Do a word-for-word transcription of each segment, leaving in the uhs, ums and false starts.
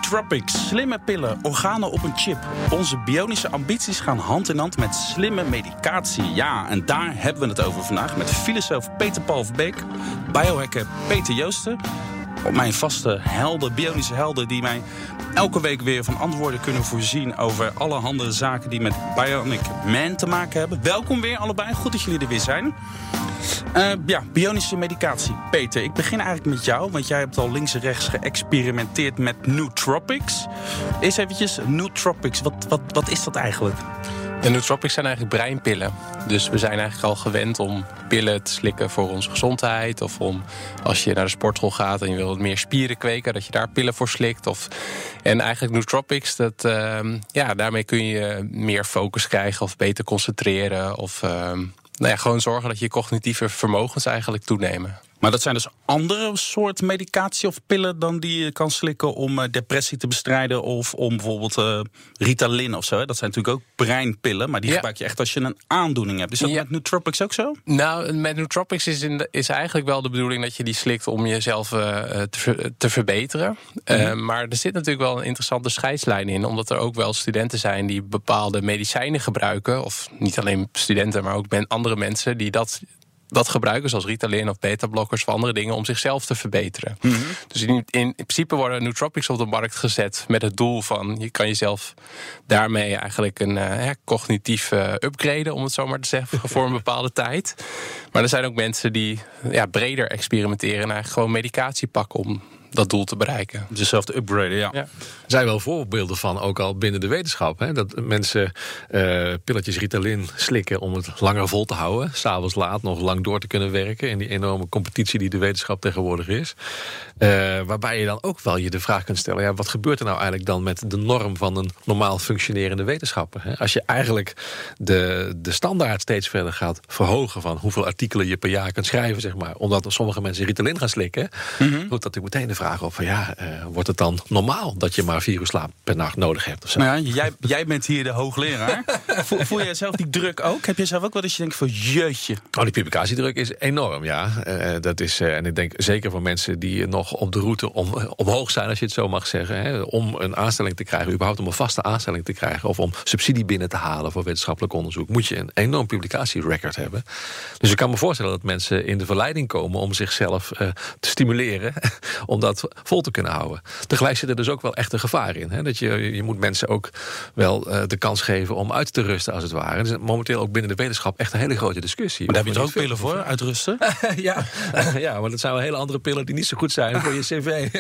Nootropics, slimme pillen, organen op een chip. Onze bionische ambities gaan hand in hand met slimme medicatie. Ja, en daar hebben we het over vandaag met filosoof Peter Paul Verbeek, biohacker Peter Joosten, mijn vaste helden, bionische helden die mij elke week weer van antwoorden kunnen voorzien over allerhande zaken die met Bionic Man te maken hebben. Welkom weer allebei, goed dat jullie er weer zijn. Uh, ja, bionische medicatie. Peter, ik begin eigenlijk met jou, want jij hebt al links en rechts geëxperimenteerd met nootropics. Eerst eventjes, nootropics, wat, wat, wat is dat eigenlijk? De nootropics zijn eigenlijk breinpillen. Dus we zijn eigenlijk al gewend om pillen te slikken voor onze gezondheid. Of om, als je naar de sportschool gaat en je wil wat meer spieren kweken, dat je daar pillen voor slikt. Of, en eigenlijk nootropics, dat, uh, ja, daarmee kun je meer focus krijgen of beter concentreren. Of uh, nou ja, gewoon zorgen dat je cognitieve vermogens eigenlijk toenemen. Maar dat zijn dus andere soort medicatie of pillen dan die je kan slikken om uh, depressie te bestrijden of om bijvoorbeeld uh, Ritalin of zo. Hè? Dat zijn natuurlijk ook breinpillen, maar die ja. gebruik je echt als je een aandoening hebt. Is dat ja. met nootropics ook zo? Nou, met nootropics is, in de, is eigenlijk wel de bedoeling dat je die slikt om jezelf uh, te, ver, te verbeteren. Mm-hmm. Uh, maar er zit natuurlijk wel een interessante scheidslijn in, omdat er ook wel studenten zijn die bepaalde medicijnen gebruiken, of niet alleen studenten, maar ook ben, andere mensen die dat dat gebruiken, zoals Ritalin of beta-blokkers of andere dingen, om zichzelf te verbeteren. Mm-hmm. Dus in, in principe worden nootropics op de markt gezet met het doel van, je kan jezelf daarmee eigenlijk een uh, cognitief uh, upgraden, om het zo maar te zeggen, voor een bepaalde tijd. Maar er zijn ook mensen die ja, breder experimenteren en eigenlijk gewoon medicatie pakken om dat doel te bereiken. Jezelf te upgraden, ja. ja. Er zijn wel voorbeelden van, ook al binnen de wetenschap, hè, dat mensen uh, pilletjes Ritalin slikken om het langer vol te houden, 's avonds laat nog lang door te kunnen werken in die enorme competitie die de wetenschap tegenwoordig is. Uh, waarbij je dan ook wel je de vraag kunt stellen, ja, wat gebeurt er nou eigenlijk dan met de norm van een normaal functionerende wetenschapper? Hè? Als je eigenlijk de, de standaard steeds verder gaat verhogen van hoeveel artikelen je per jaar kunt schrijven, zeg maar, omdat sommige mensen Ritalin gaan slikken, mm-hmm. roept dat natuurlijk meteen de vraag op van ja, uh, wordt het dan normaal dat je maar vier uur slaap per nacht nodig hebt? Of zo? Nou ja, jij, jij bent hier de hoogleraar. Voel, voel jij zelf die druk ook? Heb je zelf ook wel eens je denkt van jeetje? Oh, die publicatiedruk is enorm, ja. Uh, dat is, uh, en ik denk zeker voor mensen die nog op de route om, omhoog zijn, als je het zo mag zeggen, hè, om een aanstelling te krijgen, überhaupt om een vaste aanstelling te krijgen, of om subsidie binnen te halen voor wetenschappelijk onderzoek, moet je een enorm publicatierecord hebben. Dus ik kan me voorstellen dat mensen in de verleiding komen om zichzelf uh, te stimuleren, om dat vol te kunnen houden. Tegelijk zit er dus ook wel echt een gevaar in. Hè? Dat je, je moet mensen ook wel uh, de kans geven om uit te rusten, als het ware. Er is momenteel ook binnen de wetenschap echt een hele grote discussie. Maar daar heb je er ook pillen voor, uitrusten? ja. ja, maar dat zijn wel hele andere pillen die niet zo goed zijn voor je cv.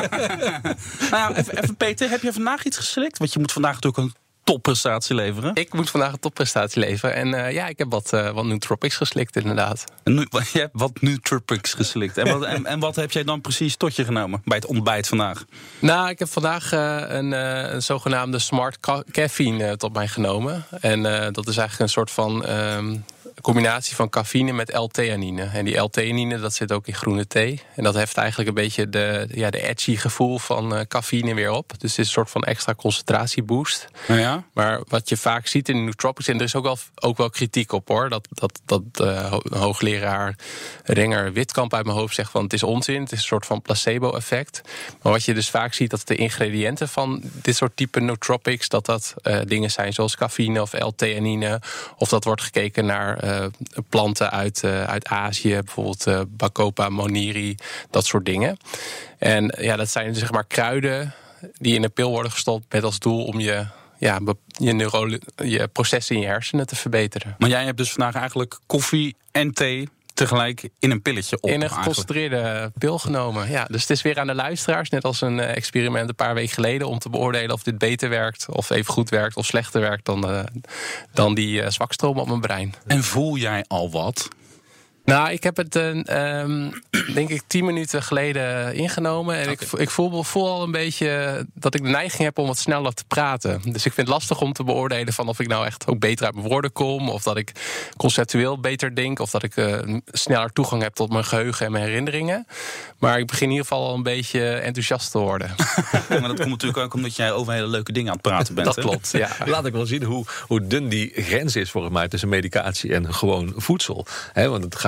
nou ja, even, even Peter, heb je vandaag iets geslikt? Want je moet vandaag natuurlijk een topprestatie leveren. Ik moet vandaag een topprestatie leveren. En uh, ja, ik heb wat, uh, wat nootropics geslikt, inderdaad. Nu, je hebt wat nootropics geslikt. En wat, en, en wat heb jij dan precies tot je genomen bij het ontbijt vandaag? Nou, ik heb vandaag uh, een, uh, een zogenaamde smart ca- caffeine uh, tot mij genomen. En uh, dat is eigenlijk een soort van Um, combinatie van cafeïne met L-theanine. En die L-theanine, dat zit ook in groene thee. En dat heeft eigenlijk een beetje de, ja, de edgy gevoel van uh, cafeïne weer op. Dus het is een soort van extra concentratieboost. Ja. Maar wat je vaak ziet in de nootropics, en er is ook wel, ook wel kritiek op hoor, dat, dat, dat uh, hoogleraar Renger Witkamp uit mijn hoofd zegt van het is onzin, het is een soort van placebo-effect. Maar wat je dus vaak ziet, dat de ingrediënten van dit soort type nootropics, dat dat uh, dingen zijn zoals cafeïne of L-theanine, of dat wordt gekeken naar Uh, planten uit, uh, uit Azië, bijvoorbeeld uh, Bacopa monnieri, dat soort dingen. En ja, dat zijn zeg maar kruiden die in een pil worden gestopt met als doel om je, ja, je, neuro- je processen in je hersenen te verbeteren. Maar jij hebt dus vandaag eigenlijk koffie en thee tegelijk in een pilletje op. In een geconcentreerde eigenlijk. pil genomen. Ja, dus het is weer aan de luisteraars, net als een experiment een paar weken geleden, om te beoordelen of dit beter werkt, of even goed werkt, of slechter werkt dan, uh, dan die uh, zwakstroom op mijn brein. En voel jij al wat? Nou, ik heb het uh, um, denk ik tien minuten geleden ingenomen. En okay. ik, ik voel, voel al een beetje dat ik de neiging heb om wat sneller te praten. Dus ik vind het lastig om te beoordelen van of ik nou echt ook beter uit mijn woorden kom, of dat ik conceptueel beter denk, of dat ik uh, sneller toegang heb tot mijn geheugen en mijn herinneringen. Maar ik begin in ieder geval al een beetje enthousiast te worden. Maar dat komt natuurlijk ook omdat jij over hele leuke dingen aan het praten bent. Dat hè? klopt, ja. Laat ik wel zien hoe, hoe dun die grens is volgens mij tussen medicatie en gewoon voedsel. He, want het gaat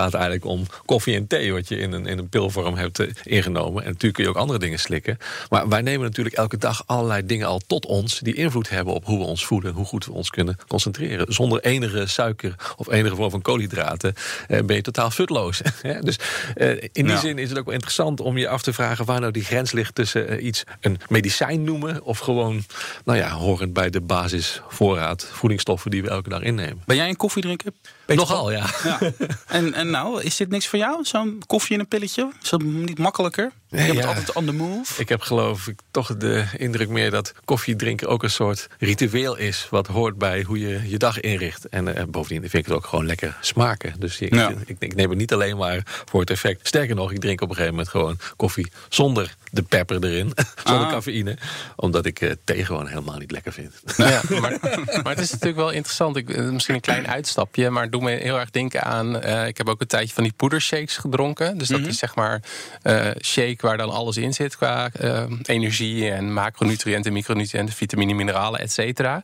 gaat eigenlijk om koffie en thee, wat je in een, in een pilvorm hebt uh, ingenomen. En natuurlijk kun je ook andere dingen slikken. Maar wij nemen natuurlijk elke dag allerlei dingen al tot ons die invloed hebben op hoe we ons voelen, hoe goed we ons kunnen concentreren. Zonder enige suiker of enige vorm van koolhydraten uh, ben je totaal futloos. Dus uh, in die ja. zin is het ook wel interessant om je af te vragen waar nou die grens ligt tussen uh, iets een medicijn noemen of gewoon, nou ja, horend bij de basisvoorraad voedingsstoffen die we elke dag innemen. Ben jij een koffiedrinker? Peter Nogal, ja. ja. En, en nou, is dit niks voor jou? Zo'n koffie en een pilletje? Is dat niet makkelijker? Je hebt ja. het altijd on the move. Ik heb geloof ik toch de indruk meer dat koffie drinken ook een soort ritueel is. Wat hoort bij hoe je je dag inricht. En uh, bovendien vind ik het ook gewoon lekker smaken. Dus ik, ja. ik, ik neem het niet alleen maar voor het effect. Sterker nog, ik drink op een gegeven moment gewoon koffie zonder de pepper erin. Zonder ah. cafeïne. Omdat ik uh, thee gewoon helemaal niet lekker vind. Ja, maar, maar het is natuurlijk wel interessant. Ik, misschien een klein uitstapje. Maar het doet me heel erg denken aan... Uh, ik heb ook een tijdje van die poedershakes gedronken. Dus dat mm-hmm. is zeg maar uh, shake waar dan alles in zit qua uh, energie en macronutriënten, micronutriënten, vitamine, mineralen, et cetera.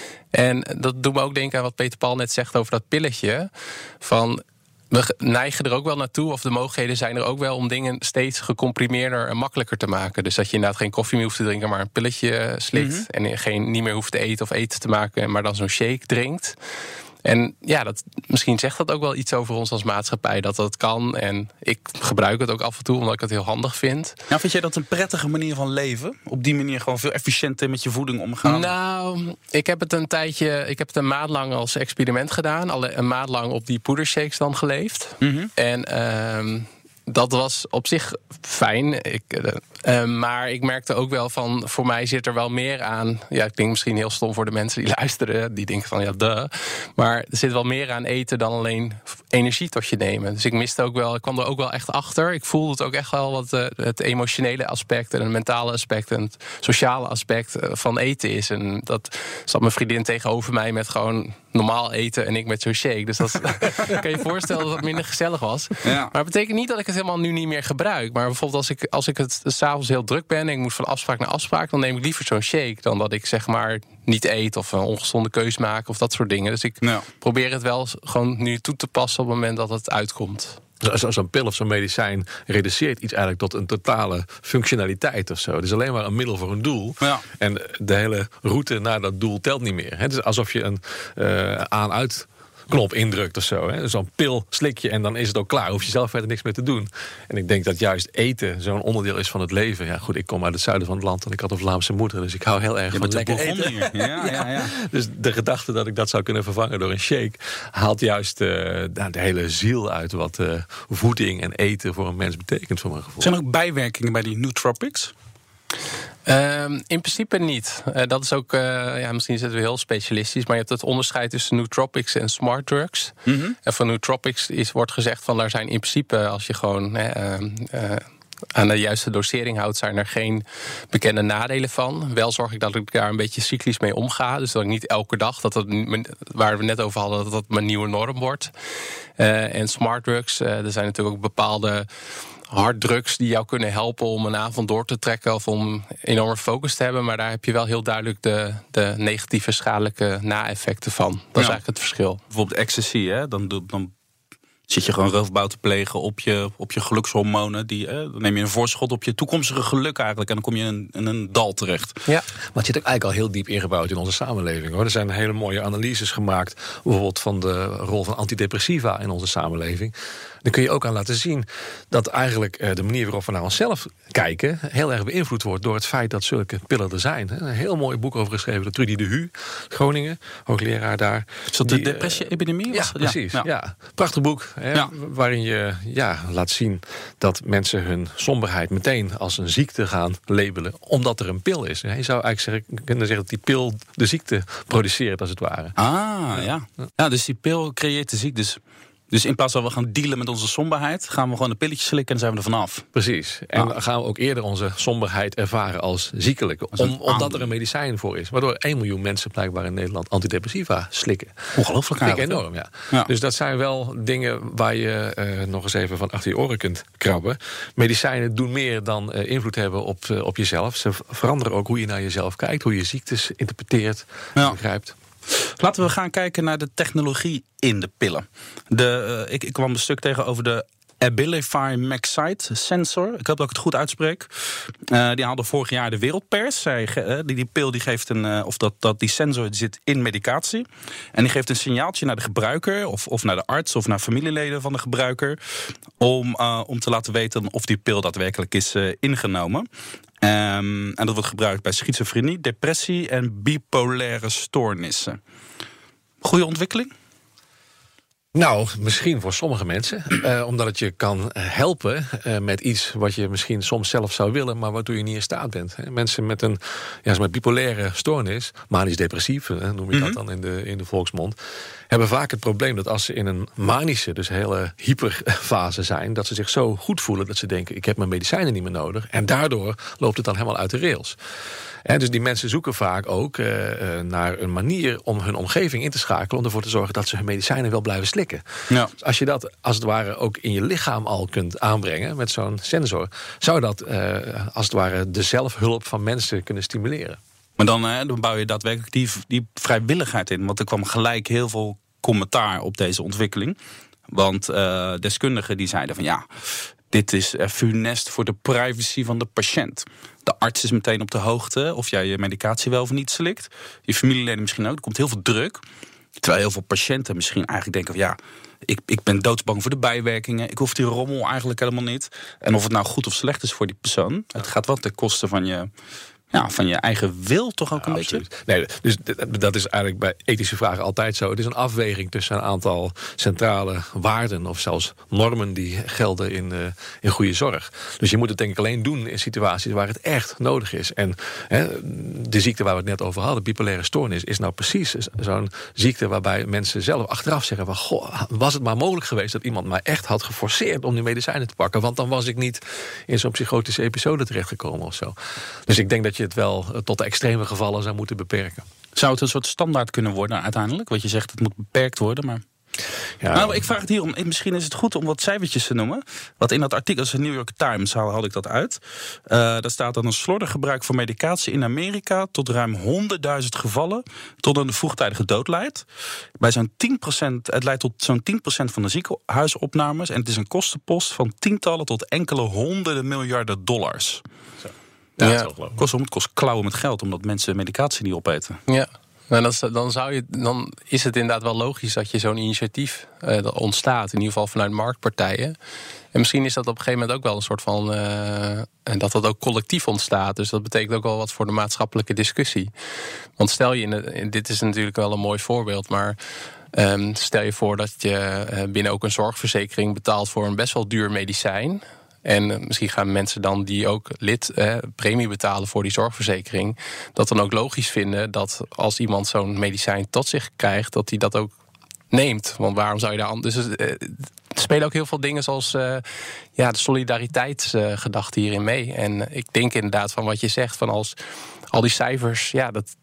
En dat doet me ook denken aan wat Peter Paul net zegt over dat pilletje. Van, we neigen er ook wel naartoe, of de mogelijkheden zijn er ook wel om dingen steeds gecomprimeerder en makkelijker te maken. Dus dat je inderdaad geen koffie meer hoeft te drinken, maar een pilletje slikt. Mm-hmm. En geen, niet meer hoeft te eten of eten te maken, maar dan zo'n shake drinkt. En ja, dat, misschien zegt dat ook wel iets over ons als maatschappij, dat dat kan. En ik gebruik het ook af en toe, omdat ik het heel handig vind. Nou, vind jij dat een prettige manier van leven? Op die manier gewoon veel efficiënter met je voeding omgaan? Nou, ik heb het een tijdje, ik heb het een maand lang als experiment gedaan. Alle, een maand lang op die poedershakes dan geleefd. Mm-hmm. En uh, dat was op zich fijn. Ik, uh, uh, maar ik merkte ook wel van, voor mij zit er wel meer aan. Ja, ik denk misschien heel stom voor de mensen die luisteren. Die denken van, ja, duh. Maar er zit wel meer aan eten dan alleen energie tot je nemen. Dus ik miste ook wel, ik kwam er ook wel echt achter. Ik voelde het ook echt wel wat uh, het emotionele aspect en het mentale aspect en het sociale aspect uh, van eten is. En dat zat mijn vriendin tegenover mij met gewoon normaal eten en ik met zo'n shake. Dus dat kan je voorstellen dat het minder gezellig was. Ja. Maar dat betekent niet dat ik het helemaal nu niet meer gebruik. Maar bijvoorbeeld als ik, als ik het 's avonds heel druk ben en ik moet van afspraak naar afspraak, dan neem ik liever zo'n shake dan dat ik zeg maar niet eet of een ongezonde keus maak of dat soort dingen. Dus ik ja. probeer het wel gewoon nu toe te passen op het moment dat het uitkomt. Zo'n pil of zo'n medicijn reduceert iets eigenlijk tot een totale functionaliteit of zo. Het is alleen maar een middel voor een doel. Ja. En de hele route naar dat doel telt niet meer. Het is alsof je een uh, aan-uit knop indrukt of zo. Hè. Zo'n pil slik je en dan is het ook klaar. Hoef je zelf verder niks meer te doen. En ik denk dat juist eten zo'n onderdeel is van het leven. Ja, goed, ik kom uit het zuiden van het land en ik had een Vlaamse moeder, dus ik hou heel erg van lekker eten. Ja, ja, ja, ja. Dus de gedachte dat ik dat zou kunnen vervangen door een shake haalt juist uh, de hele ziel uit wat uh, voeding en eten voor een mens betekent, voor mijn gevoel. Zijn er ook bijwerkingen bij die nootropics? Uh, in principe niet. Uh, dat is ook, uh, ja, misschien zitten we heel specialistisch, maar je hebt het onderscheid tussen nootropics en smart drugs. Mm-hmm. En van nootropics is, wordt gezegd van, daar zijn in principe, als je gewoon uh, uh, aan de juiste dosering houdt, zijn er geen bekende nadelen van. Wel zorg ik dat ik daar een beetje cyclisch mee omga. Dus dat ik niet elke dag, dat het, waar we net over hadden, dat dat mijn nieuwe norm wordt. Uh, en smart drugs, uh, er zijn natuurlijk ook bepaalde harddrugs die jou kunnen helpen om een avond door te trekken of om enorme focus te hebben. Maar daar heb je wel heel duidelijk de, de negatieve schadelijke na-effecten van. Dat ja. is eigenlijk het verschil. Bijvoorbeeld ecstasy, hè? Dan, dan zit je gewoon roofbouw te plegen op je, op je gelukshormonen. Die, eh, dan neem je een voorschot op je toekomstige geluk eigenlijk. En dan kom je in, in een dal terecht. Ja. Maar het zit ook eigenlijk al heel diep ingebouwd in onze samenleving, hoor. Er zijn hele mooie analyses gemaakt, bijvoorbeeld van de rol van antidepressiva in onze samenleving. Dan kun je ook aan laten zien dat eigenlijk uh, de manier waarop we naar onszelf kijken heel erg beïnvloed wordt door het feit dat zulke pillen er zijn. Een heel mooi boek over geschreven door Trudy de Hu, Groningen, hoogleraar daar. Is dat de depressie-epidemie? Ja, precies. Ja. Ja. Prachtig boek, hè, ja. waarin je ja, laat zien dat mensen hun somberheid meteen als een ziekte gaan labelen, omdat er een pil is. Je zou eigenlijk zeggen, kunnen zeggen dat die pil de ziekte produceert, als het ware. Ah, ja. Ja, dus die pil creëert de ziekte. Dus Dus in plaats van we gaan dealen met onze somberheid, gaan we gewoon een pilletje slikken en zijn we er vanaf. Precies. En ah. dan gaan we ook eerder onze somberheid ervaren als ziekelijk. Om, omdat er een medicijn voor is. Waardoor één miljoen mensen blijkbaar in Nederland antidepressiva slikken. Ongelooflijk eigenlijk. Enorm, ja. ja. Dus dat zijn wel dingen waar je uh, nog eens even van achter je oren kunt krabben. Medicijnen doen meer dan uh, invloed hebben op, uh, op jezelf. Ze veranderen ook hoe je naar jezelf kijkt. Hoe je ziektes interpreteert, ja. begrijpt. Laten we gaan kijken naar de technologie in de pillen. De, uh, ik, ik kwam een stuk tegen over de Abilify MagSight sensor. Ik hoop dat ik het goed uitspreek. Uh, die haalde vorig jaar de wereldpers. Zij, uh, die, die pil die geeft een, uh, of dat, dat die sensor zit in medicatie. En die geeft een signaaltje naar de gebruiker, of, of naar de arts, of naar familieleden van de gebruiker, om, uh, om te laten weten of die pil daadwerkelijk is uh, ingenomen. Um, en dat wordt gebruikt bij schizofrenie, depressie en bipolaire stoornissen. Goeie ontwikkeling? Nou, misschien voor sommige mensen. Uh, omdat het je kan helpen uh, met iets wat je misschien soms zelf zou willen, maar waartoe je niet in staat bent. Hè. Mensen met een ja, zeg maar bipolaire stoornis, manisch-depressief, uh, noem je mm-hmm. dat dan in de, in de volksmond, hebben vaak het probleem dat als ze in een manische, dus hele hyperfase zijn, dat ze zich zo goed voelen dat ze denken, ik heb mijn medicijnen niet meer nodig. En daardoor loopt het dan helemaal uit de rails. He, dus die mensen zoeken vaak ook uh, naar een manier om hun omgeving in te schakelen, om ervoor te zorgen dat ze hun medicijnen wel blijven slikken. Ja. Dus als je dat als het ware ook in je lichaam al kunt aanbrengen met zo'n sensor, zou dat uh, als het ware de zelfhulp van mensen kunnen stimuleren. Maar dan, hè, dan bouw je daadwerkelijk die, die vrijwilligheid in. Want er kwam gelijk heel veel commentaar op deze ontwikkeling. Want uh, deskundigen die zeiden van ja, dit is uh, funest voor de privacy van de patiënt. De arts is meteen op de hoogte of jij je medicatie wel of niet slikt. Je familieleden misschien ook. Er komt heel veel druk. Terwijl heel veel patiënten misschien eigenlijk denken van ja, ik, ik ben doodsbang voor de bijwerkingen. Ik hoef die rommel eigenlijk helemaal niet. En of het nou goed of slecht is voor die persoon. Ja. Het gaat wel ten koste van je, ja, van je eigen wil toch ook ja, een absoluut. beetje? Nee, dus dat is eigenlijk bij ethische vragen altijd zo. Het is een afweging tussen een aantal centrale waarden of zelfs normen die gelden in, uh, in goede zorg. Dus je moet het denk ik alleen doen in situaties waar het echt nodig is. En hè, de ziekte waar we het net over hadden, bipolaire stoornis, is nou precies zo'n ziekte waarbij mensen zelf achteraf zeggen van goh, was het maar mogelijk geweest dat iemand mij echt had geforceerd om die medicijnen te pakken, want dan was ik niet in zo'n psychotische episode terechtgekomen of zo. Dus ik denk dat je het wel tot de extreme gevallen zou moeten beperken. Zou het een soort standaard kunnen worden uiteindelijk? Wat je zegt, het moet beperkt worden, maar ja. Nou, ik vraag het hierom. Misschien is het goed om wat cijfertjes te noemen. Want in dat artikel, in de New York Times, haal, haal ik dat uit. Uh, daar staat dan een slordig gebruik van medicatie in Amerika tot ruim honderdduizend gevallen tot een vroegtijdige dood leidt. Bij zo'n tien procent, het leidt tot zo'n tien procent van de ziekenhuisopnames. En het is een kostenpost van tientallen tot enkele honderden miljarden dollars. Zo. Ja, ja. Het kost, het kost klauwen met geld omdat mensen medicatie niet opeten. Ja. Nou, dan, dan, zou je, dan is het inderdaad wel logisch dat je zo'n initiatief uh, ontstaat. In ieder geval vanuit marktpartijen. En misschien is dat op een gegeven moment ook wel een soort van Uh, dat dat ook collectief ontstaat. Dus dat betekent ook wel wat voor de maatschappelijke discussie. Want stel je, in de, in, dit is natuurlijk wel een mooi voorbeeld, maar um, stel je voor dat je uh, binnen ook een zorgverzekering betaalt voor een best wel duur medicijn. En misschien gaan mensen dan die ook lid eh, premie betalen voor die zorgverzekering, dat dan ook logisch vinden dat als iemand zo'n medicijn tot zich krijgt, dat hij dat ook neemt. Want waarom zou je daar anders? Dus, eh, er spelen ook heel veel dingen zoals uh, ja, de solidariteitsgedachte uh, hierin mee. En ik denk inderdaad van wat je zegt, van als al die cijfers, ja, dat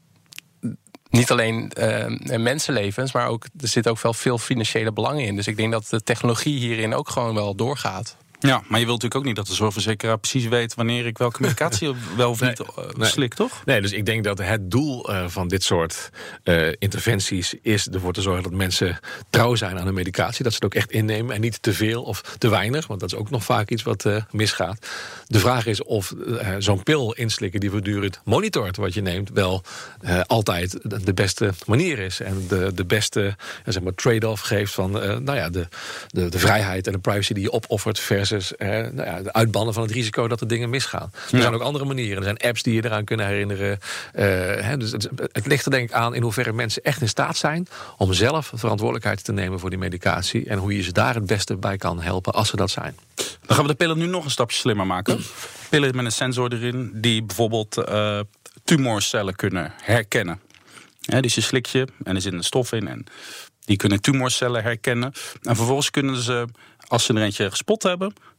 niet alleen uh, mensenlevens, maar ook er zit ook wel veel financiële belangen in. Dus ik denk dat de technologie hierin ook gewoon wel doorgaat. Ja, maar je wilt natuurlijk ook niet dat de zorgverzekeraar precies weet wanneer ik welke medicatie wel of niet nee, uh, slik, nee. toch? Nee, dus ik denk dat het doel uh, van dit soort uh, interventies is ervoor te zorgen dat mensen trouw zijn aan hun medicatie. Dat ze het ook echt innemen en niet te veel of te weinig, want dat is ook nog vaak iets wat uh, misgaat. De vraag is of uh, zo'n pil inslikken die voortdurend monitort wat je neemt, wel uh, altijd de, de beste manier is. En de, de beste uh, zeg maar trade-off geeft van uh, nou ja, de, de, de vrijheid en de privacy die je opoffert versus Dus eh, nou ja, de uitbannen van het risico dat er dingen misgaan. Er ja. zijn ook andere manieren. Er zijn apps die je eraan kunnen herinneren. Uh, hè, dus het, het ligt er denk ik aan in hoeverre mensen echt in staat zijn om zelf verantwoordelijkheid te nemen voor die medicatie. En hoe je ze daar het beste bij kan helpen als ze dat zijn. Dan gaan we de pillen nu nog een stapje slimmer maken. Pillen met een sensor erin die bijvoorbeeld uh, tumorcellen kunnen herkennen. Ja, dus je slik je en er zit een stof in en die kunnen tumorcellen herkennen. En vervolgens kunnen ze, als ze er eentje gespot hebben,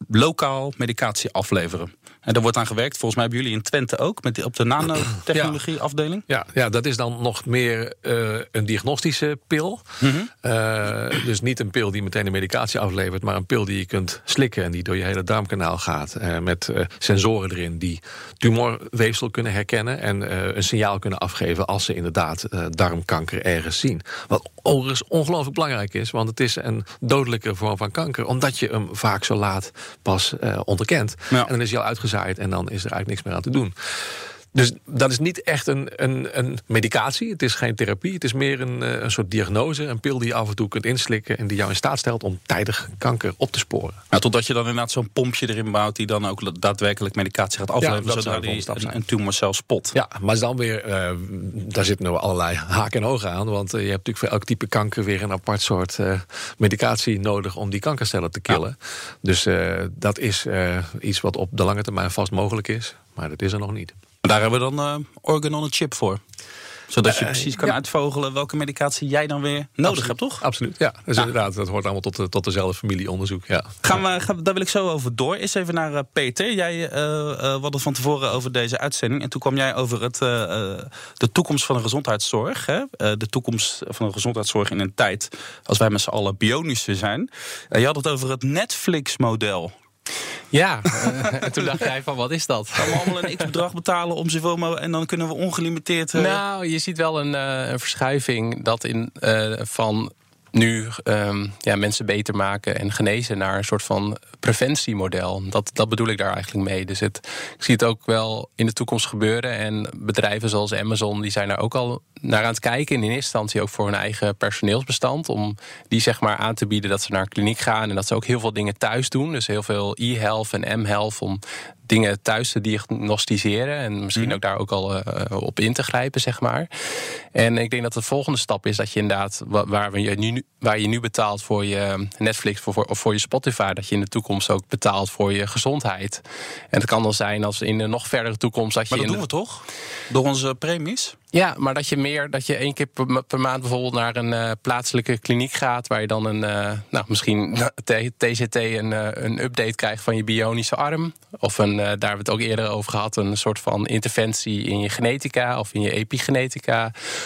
lokaal medicatie afleveren. En daar wordt aan gewerkt. Volgens mij hebben jullie in Twente ook, met die, op de nanotechnologie afdeling. Ja, ja, dat is dan nog meer uh, een diagnostische pil. Mm-hmm. Uh, dus niet een pil die meteen de medicatie aflevert, maar een pil die je kunt slikken en die door je hele darmkanaal gaat. Uh, met uh, sensoren erin die tumorweefsel kunnen herkennen en uh, een signaal kunnen afgeven als ze inderdaad uh, darmkanker ergens zien. Wat overigens ongelooflijk belangrijk is, want het is een dodelijke vorm van kanker, omdat je hem vaak zo laat pas uh, onderkent. Ja. En dan is hij al uitgezaaid en dan is er eigenlijk niks meer aan te doen. Dus dat is niet echt een, een, een medicatie. Het is geen therapie. Het is meer een, een soort diagnose. Een pil die je af en toe kunt inslikken en die jou in staat stelt om tijdig kanker op te sporen. Nou, totdat je dan inderdaad zo'n pompje erin bouwt die dan ook daadwerkelijk medicatie gaat afleveren, ja, zodra die een, een tumorcel spot. Ja, maar is dan weer, uh, daar zitten nou allerlei haken en ogen aan. Want uh, je hebt natuurlijk voor elk type kanker weer een apart soort uh, medicatie nodig om die kankercellen te killen. Ja. Dus uh, dat is uh, iets wat op de lange termijn vast mogelijk is. Maar dat is er nog niet. Daar hebben we dan uh, organ on a chip voor. Zodat je precies kan uh, ja. uitvogelen welke medicatie jij dan weer nodig Absoluut. hebt, toch? Absoluut, ja. Dus ja. inderdaad, dat hoort allemaal tot, de, tot dezelfde familieonderzoek. Ja. Gaan we, gaan, daar wil ik zo over door. Eerst even naar uh, Peter. Jij uh, uh, hadden van tevoren over deze uitzending. En toen kwam jij over het, uh, uh, de toekomst van de gezondheidszorg. Hè? Uh, de toekomst van de gezondheidszorg in een tijd als wij met z'n allen bionische zijn. Uh, je had het over het Netflix-model. Ja, uh, en toen dacht jij van, wat is dat? Gaan we allemaal een x-bedrag betalen om zoveel mogelijk en dan kunnen we ongelimiteerd... Uh... Nou, je ziet wel een, uh, een verschuiving dat in uh, van nu um, ja, mensen beter maken en genezen naar een soort van preventiemodel. Dat, dat bedoel ik daar eigenlijk mee. Dus het, ik zie het ook wel in de toekomst gebeuren. En bedrijven zoals Amazon, die zijn daar ook al naar aan het kijken. En in eerste instantie ook voor hun eigen personeelsbestand. Om die zeg maar aan te bieden dat ze naar een kliniek gaan. En dat ze ook heel veel dingen thuis doen. Dus heel veel e-health en m-health om dingen thuis te diagnosticeren. En misschien mm. ook daar ook al uh, op in te grijpen, zeg maar. En ik denk dat de volgende stap is dat je inderdaad, waar, je nu, waar je nu betaalt voor je Netflix voor, of voor je Spotify, dat je in de toekomst ook betaalt voor je gezondheid. En het kan dan zijn als in de nog verdere toekomst dat je. Maar dat in doen we toch? Door onze premies? Ja, maar dat je meer, dat je één keer per, per maand bijvoorbeeld naar een uh, plaatselijke kliniek gaat, waar je dan een, uh, nou misschien T Z T een, uh, een update krijgt van je bionische arm. Of een, uh, daar hebben we het ook eerder over gehad, een soort van interventie in je genetica of in je epigenetica.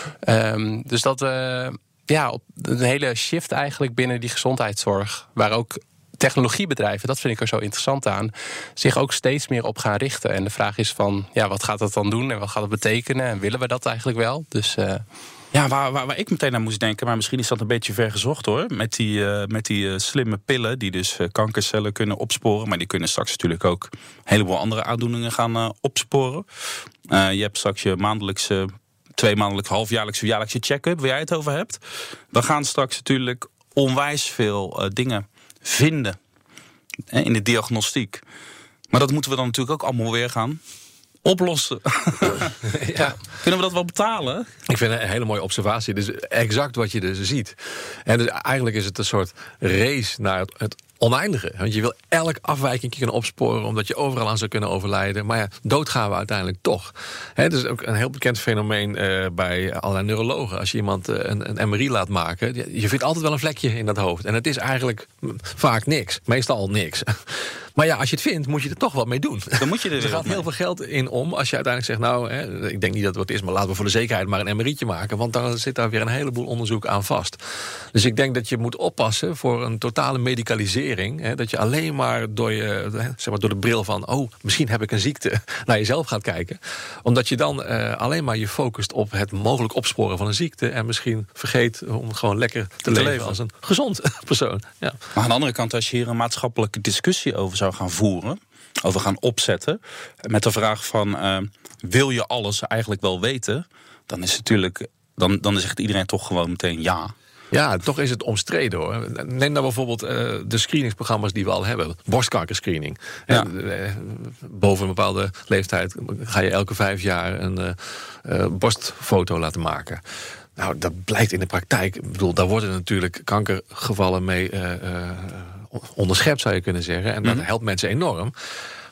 Um, dus dat, uh, ja, op een hele shift eigenlijk binnen die gezondheidszorg, waar ook technologiebedrijven, dat vind ik er zo interessant aan, zich ook steeds meer op gaan richten. En de vraag is van, ja, wat gaat dat dan doen en wat gaat het betekenen en willen we dat eigenlijk wel? Dus uh, ja, waar, waar, waar ik meteen aan moest denken, maar misschien is dat een beetje ver gezocht hoor, met die, uh, met die uh, slimme pillen die dus uh, kankercellen kunnen opsporen, maar die kunnen straks natuurlijk ook een heleboel andere aandoeningen gaan uh, opsporen. Uh, je hebt straks je maandelijkse, twee maandelijkse, halfjaarlijkse, jaarlijkse check-up, waar jij het over hebt. We gaan straks natuurlijk onwijs veel uh, dingen vinden hè, in de diagnostiek. Maar dat moeten we dan natuurlijk ook allemaal weer gaan oplossen. Ja. Kunnen we dat wel betalen? Ik vind het een hele mooie observatie. Dus exact wat je dus ziet. En dus eigenlijk is het een soort race naar het, het oneindige. Want je wil elk afwijking kunnen opsporen, omdat je overal aan zou kunnen overlijden. Maar ja, dood gaan we uiteindelijk toch. He, dat is ook een heel bekend fenomeen uh, bij allerlei neurologen. Als je iemand uh, een, een M R I laat maken, je vindt altijd wel een vlekje in dat hoofd. En het is eigenlijk vaak niks. Meestal niks. Maar ja, als je het vindt, moet je er toch wat mee doen. Dan moet je er, dus er gaat heel veel geld in om als je uiteindelijk zegt, nou, hè, ik denk niet dat het wat is, maar laten we voor de zekerheid maar een M R I'tje maken. Want dan zit daar weer een heleboel onderzoek aan vast. Dus ik denk dat je moet oppassen voor een totale medicalisering. Hè, dat je alleen maar door, je, zeg maar door de bril van, oh, misschien heb ik een ziekte, naar jezelf gaat kijken. Omdat je dan uh, alleen maar je focust op het mogelijk opsporen van een ziekte. En misschien vergeet om gewoon lekker te, te leven, leven als een gezond persoon. Ja. Maar aan de andere kant, als je hier een maatschappelijke discussie over zou gaan voeren, over gaan opzetten, met de vraag van, uh, wil je alles eigenlijk wel weten? Dan is het natuurlijk, dan, dan zegt iedereen toch gewoon meteen ja. Ja, toch is het omstreden hoor. Neem nou bijvoorbeeld uh, de screeningsprogramma's die we al hebben. Borstkankerscreening. Ja. En, uh, boven een bepaalde leeftijd ga je elke vijf jaar een uh, uh, borstfoto laten maken. Nou, dat blijkt in de praktijk. Ik bedoel, daar worden natuurlijk kankergevallen mee uh, uh, onderschept, zou je kunnen zeggen. En dat mm-hmm. helpt mensen enorm.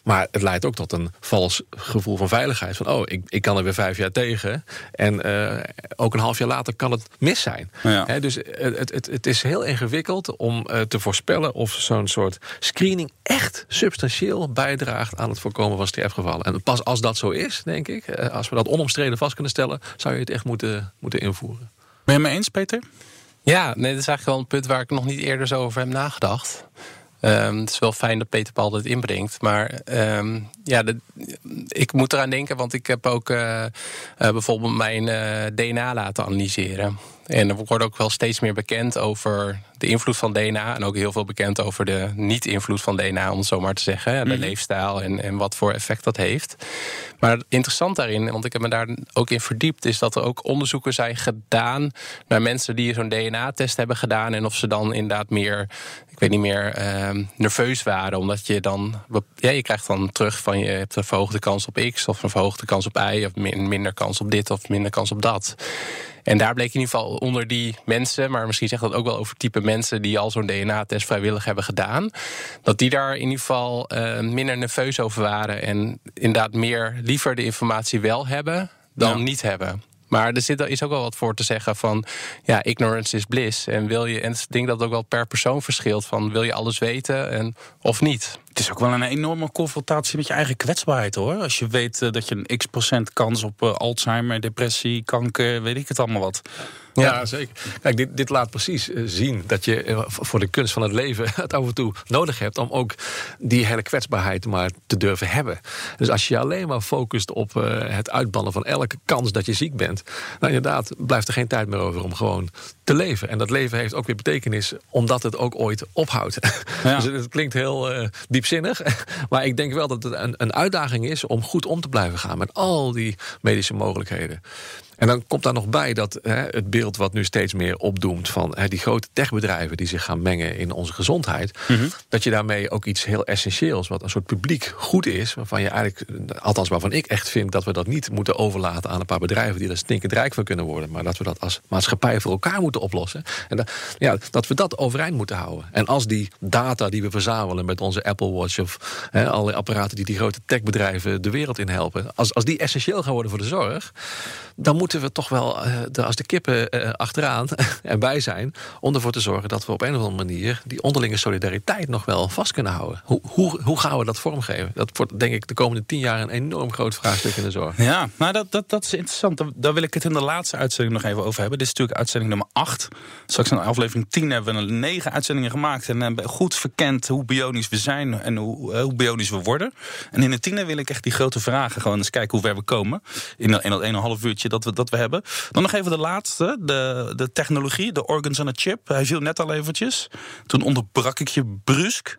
Maar het leidt ook tot een vals gevoel van veiligheid. Van, oh, ik, ik kan er weer vijf jaar tegen. En uh, ook een half jaar later kan het mis zijn. Ja. He, dus het, het, het is heel ingewikkeld om uh, te voorspellen of zo'n soort screening echt substantieel bijdraagt aan het voorkomen van sterfgevallen. En pas als dat zo is, denk ik, uh, als we dat onomstreden vast kunnen stellen, zou je het echt moeten, moeten invoeren. Ben je het mee eens, Peter? Ja, nee, dat is eigenlijk wel een punt waar ik nog niet eerder zo over heb nagedacht. Um, het is wel fijn dat Peter Paul dit inbrengt. Maar um, ja, de, ik moet eraan denken, want ik heb ook uh, uh, bijvoorbeeld mijn uh, D N A laten analyseren. En er wordt ook wel steeds meer bekend over de invloed van D N A. En ook heel veel bekend over de niet-invloed van D N A, om het zo maar te zeggen. De mm-hmm. leefstijl en, en wat voor effect dat heeft. Maar interessant daarin, want ik heb me daar ook in verdiept, is dat er ook onderzoeken zijn gedaan naar mensen die zo'n D N A-test hebben gedaan. En of ze dan inderdaad meer, ik weet niet meer, uh, nerveus waren. Omdat je dan, ja, je krijgt dan terug van je hebt een verhoogde kans op X of een verhoogde kans op Y. Of minder kans op dit of minder kans op dat. En daar bleek in ieder geval onder die mensen, maar misschien zegt dat ook wel over type mensen die al zo'n D N A-test vrijwillig hebben gedaan, dat die daar in ieder geval uh, minder nerveus over waren en inderdaad meer liever de informatie wel hebben dan ja. niet hebben. Maar er zit, er is ook wel wat voor te zeggen van, ja, ignorance is bliss. En wil je, en ik denk dat het ook wel per persoon verschilt van, wil je alles weten en, of niet? Het is ook wel een enorme confrontatie met je eigen kwetsbaarheid, hoor. Als je weet uh, dat je een x procent kans op uh, Alzheimer, depressie, kanker, weet ik het allemaal wat. Ja, ja, zeker. Kijk, dit, dit laat precies uh, zien dat je uh, voor de kunst van het leven het af en toe nodig hebt om ook die hele kwetsbaarheid maar te durven hebben. Dus als je je alleen maar focust op uh, het uitbannen van elke kans dat je ziek bent, nou inderdaad, blijft er geen tijd meer over om gewoon te leven. En dat leven heeft ook weer betekenis omdat het ook ooit ophoudt. Ja. Dus het klinkt heel uh, diepzinnig, maar ik denk wel dat het een, een uitdaging is om goed om te blijven gaan met al die medische mogelijkheden. En dan komt daar nog bij dat hè, het beeld wat nu steeds meer opdoemt van hè, die grote techbedrijven die zich gaan mengen in onze gezondheid, mm-hmm. dat je daarmee ook iets heel essentieels, wat een soort publiek goed is, waarvan je eigenlijk, althans waarvan ik echt vind dat we dat niet moeten overlaten aan een paar bedrijven die er stinkend rijk van kunnen worden, maar dat we dat als maatschappij voor elkaar moeten oplossen. En dat, ja, dat we dat overeind moeten houden. En als die data die we verzamelen met onze Apple Watch of hè, alle apparaten die die grote techbedrijven de wereld in helpen, als, als die essentieel gaan worden voor de zorg, dan moeten we toch wel uh, de, als de kippen uh, achteraan erbij zijn om ervoor te zorgen dat we op een of andere manier die onderlinge solidariteit nog wel vast kunnen houden. Hoe, hoe, hoe gaan we dat vormgeven? Dat wordt denk ik de komende tien jaar een enorm groot vraagstuk in de zorg. Ja, nou dat, dat, dat is interessant. Daar wil ik het in de laatste uitzending nog even over hebben. Dit is natuurlijk uitzending nummer acht. Straks in aflevering tien hebben we negen uitzendingen gemaakt en hebben goed verkend hoe bionisch we zijn en hoe, hoe bionisch we worden. En in de tiende wil ik echt die grote vragen gewoon eens kijken hoe ver we komen. In dat, in dat een en een half uurtje dat we, dat we hebben. Dan nog even de laatste, de, de technologie, de organs on a chip. Hij viel net al eventjes. Toen onderbrak ik je brusk.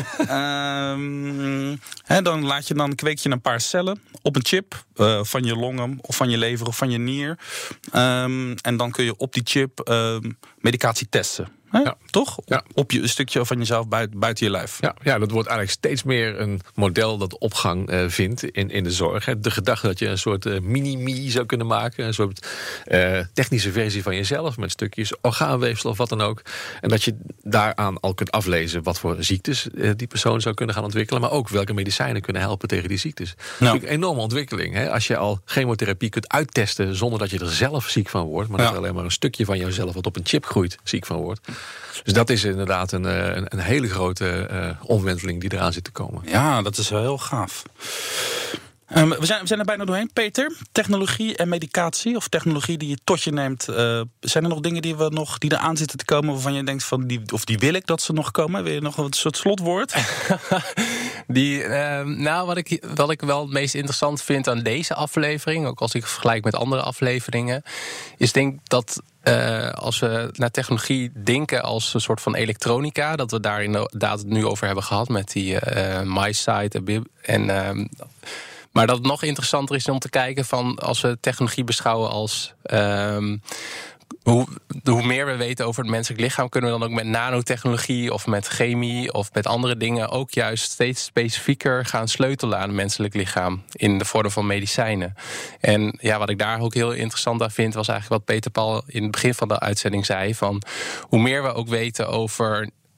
um, he, dan, laat je, dan kweek je een paar cellen op een chip uh, van je longen of van je lever of van je nier. Um, en dan kun je op die chip um, medicatie testen. He? Ja. Toch? Ja. Op je, een stukje van jezelf buiten, buiten je lijf. Ja, ja, dat wordt eigenlijk steeds meer een model dat opgang uh, vindt in, in de zorg. Hè. De gedachte dat je een soort uh, mini-me zou kunnen maken. Een soort uh, technische versie van jezelf met stukjes orgaanweefsel of wat dan ook. En dat je daaraan al kunt aflezen wat voor ziektes uh, die persoon zou kunnen gaan ontwikkelen. Maar ook welke medicijnen kunnen helpen tegen die ziektes. Nou. Dat is natuurlijk een enorme ontwikkeling. Hè. Als je al chemotherapie kunt uittesten zonder dat je er zelf ziek van wordt. Maar ja. dat er alleen maar een stukje van jezelf wat op een chip groeit ziek van wordt. Dus dat is inderdaad een, een, een hele grote uh, omwenteling die eraan zit te komen. Ja, dat is wel heel gaaf. Um, we, zijn, we zijn er bijna doorheen. Peter, technologie en medicatie, of technologie die je tot je neemt. Uh, zijn er nog dingen die, we nog, die eraan zitten te komen waarvan je denkt van die, of die wil ik dat ze nog komen? Wil je nog een soort slotwoord? die, uh, nou, wat ik, wat ik wel het meest interessant vind aan deze aflevering, ook als ik vergelijk met andere afleveringen, is denk dat Uh, als we naar technologie denken als een soort van elektronica, dat we daar inderdaad het nu over hebben gehad met die uh, MySite en uh, maar dat het nog interessanter is om te kijken van als we technologie beschouwen als um, Hoe, hoe meer we weten over het menselijk lichaam, kunnen we dan ook met nanotechnologie of met chemie of met andere dingen ook juist steeds specifieker gaan sleutelen aan het menselijk lichaam in de vorm van medicijnen. En ja, wat ik daar ook heel interessant aan vind, was eigenlijk wat Peter Paul in het begin van de uitzending zei, van hoe meer we ook weten over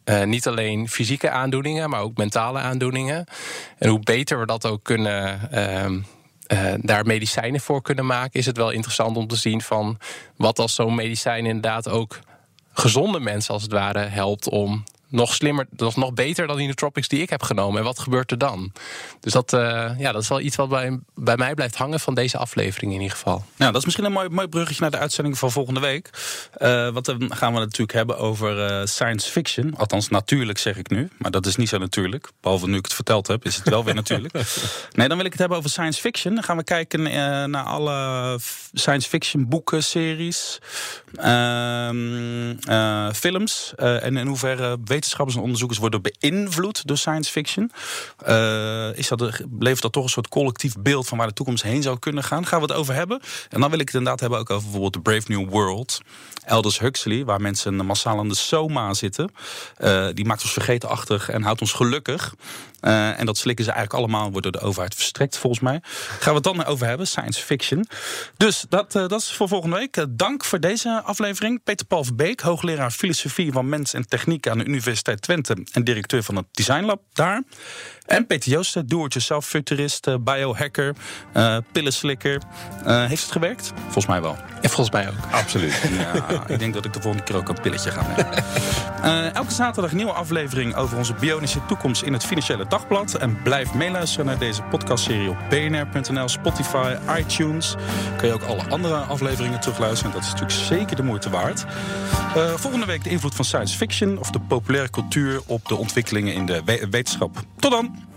Uh, niet alleen fysieke aandoeningen, maar ook mentale aandoeningen. En hoe beter we dat ook kunnen... Uh, Uh, daar medicijnen voor kunnen maken, is het wel interessant om te zien van wat als zo'n medicijn inderdaad ook gezonde mensen als het ware helpt om nog slimmer, dat is nog beter dan die nootropics die ik heb genomen. En wat gebeurt er dan? Dus dat, uh, ja, dat is wel iets wat bij, bij mij blijft hangen van deze aflevering in ieder geval. Nou, dat is misschien een mooi, mooi bruggetje naar de uitzending van volgende week. Uh, want dan gaan we het natuurlijk hebben over uh, science fiction. Althans, natuurlijk zeg ik nu. Maar dat is niet zo natuurlijk. Behalve nu ik het verteld heb, is het wel weer natuurlijk. Nee, dan wil ik het hebben over science fiction. Dan gaan we kijken uh, naar alle science fiction boeken, series, uh, uh, films. Uh, en in hoeverre wetenschappers en onderzoekers worden beïnvloed door science fiction. Uh, is dat, levert dat toch een soort collectief beeld van waar de toekomst heen zou kunnen gaan? Gaan we het over hebben. En dan wil ik het inderdaad hebben ook over bijvoorbeeld The Brave New World. Aldous Huxley, waar mensen massaal aan de soma zitten. Uh, die maakt ons vergetenachtig en houdt ons gelukkig. Uh, en dat slikken ze eigenlijk allemaal, wordt door de overheid verstrekt volgens mij. Gaan we het dan over hebben, science fiction. Dus dat, uh, dat is voor volgende week. Uh, dank voor deze aflevering. Peter Paul Verbeek, hoogleraar filosofie van mens en techniek aan de Universiteit Twente en directeur van het Design Lab daar. En Peter Joosten, do-it-yourself futurist, uh, biohacker, uh, pillenslikker. Uh, heeft het gewerkt? Volgens mij wel. Ja, volgens mij ook. Absoluut. Ja, ik denk dat ik de volgende keer ook een pilletje ga nemen. Uh, elke zaterdag een nieuwe aflevering over onze bionische toekomst in het Financiële Dagblad. En blijf meeluisteren naar deze podcastserie op b n r punt n l, Spotify, iTunes. Kun je ook alle andere afleveringen terugluisteren. Dat is natuurlijk zeker de moeite waard. Uh, volgende week de invloed van science fiction of de populaire cultuur op de ontwikkelingen in de we- wetenschap. Tot dan!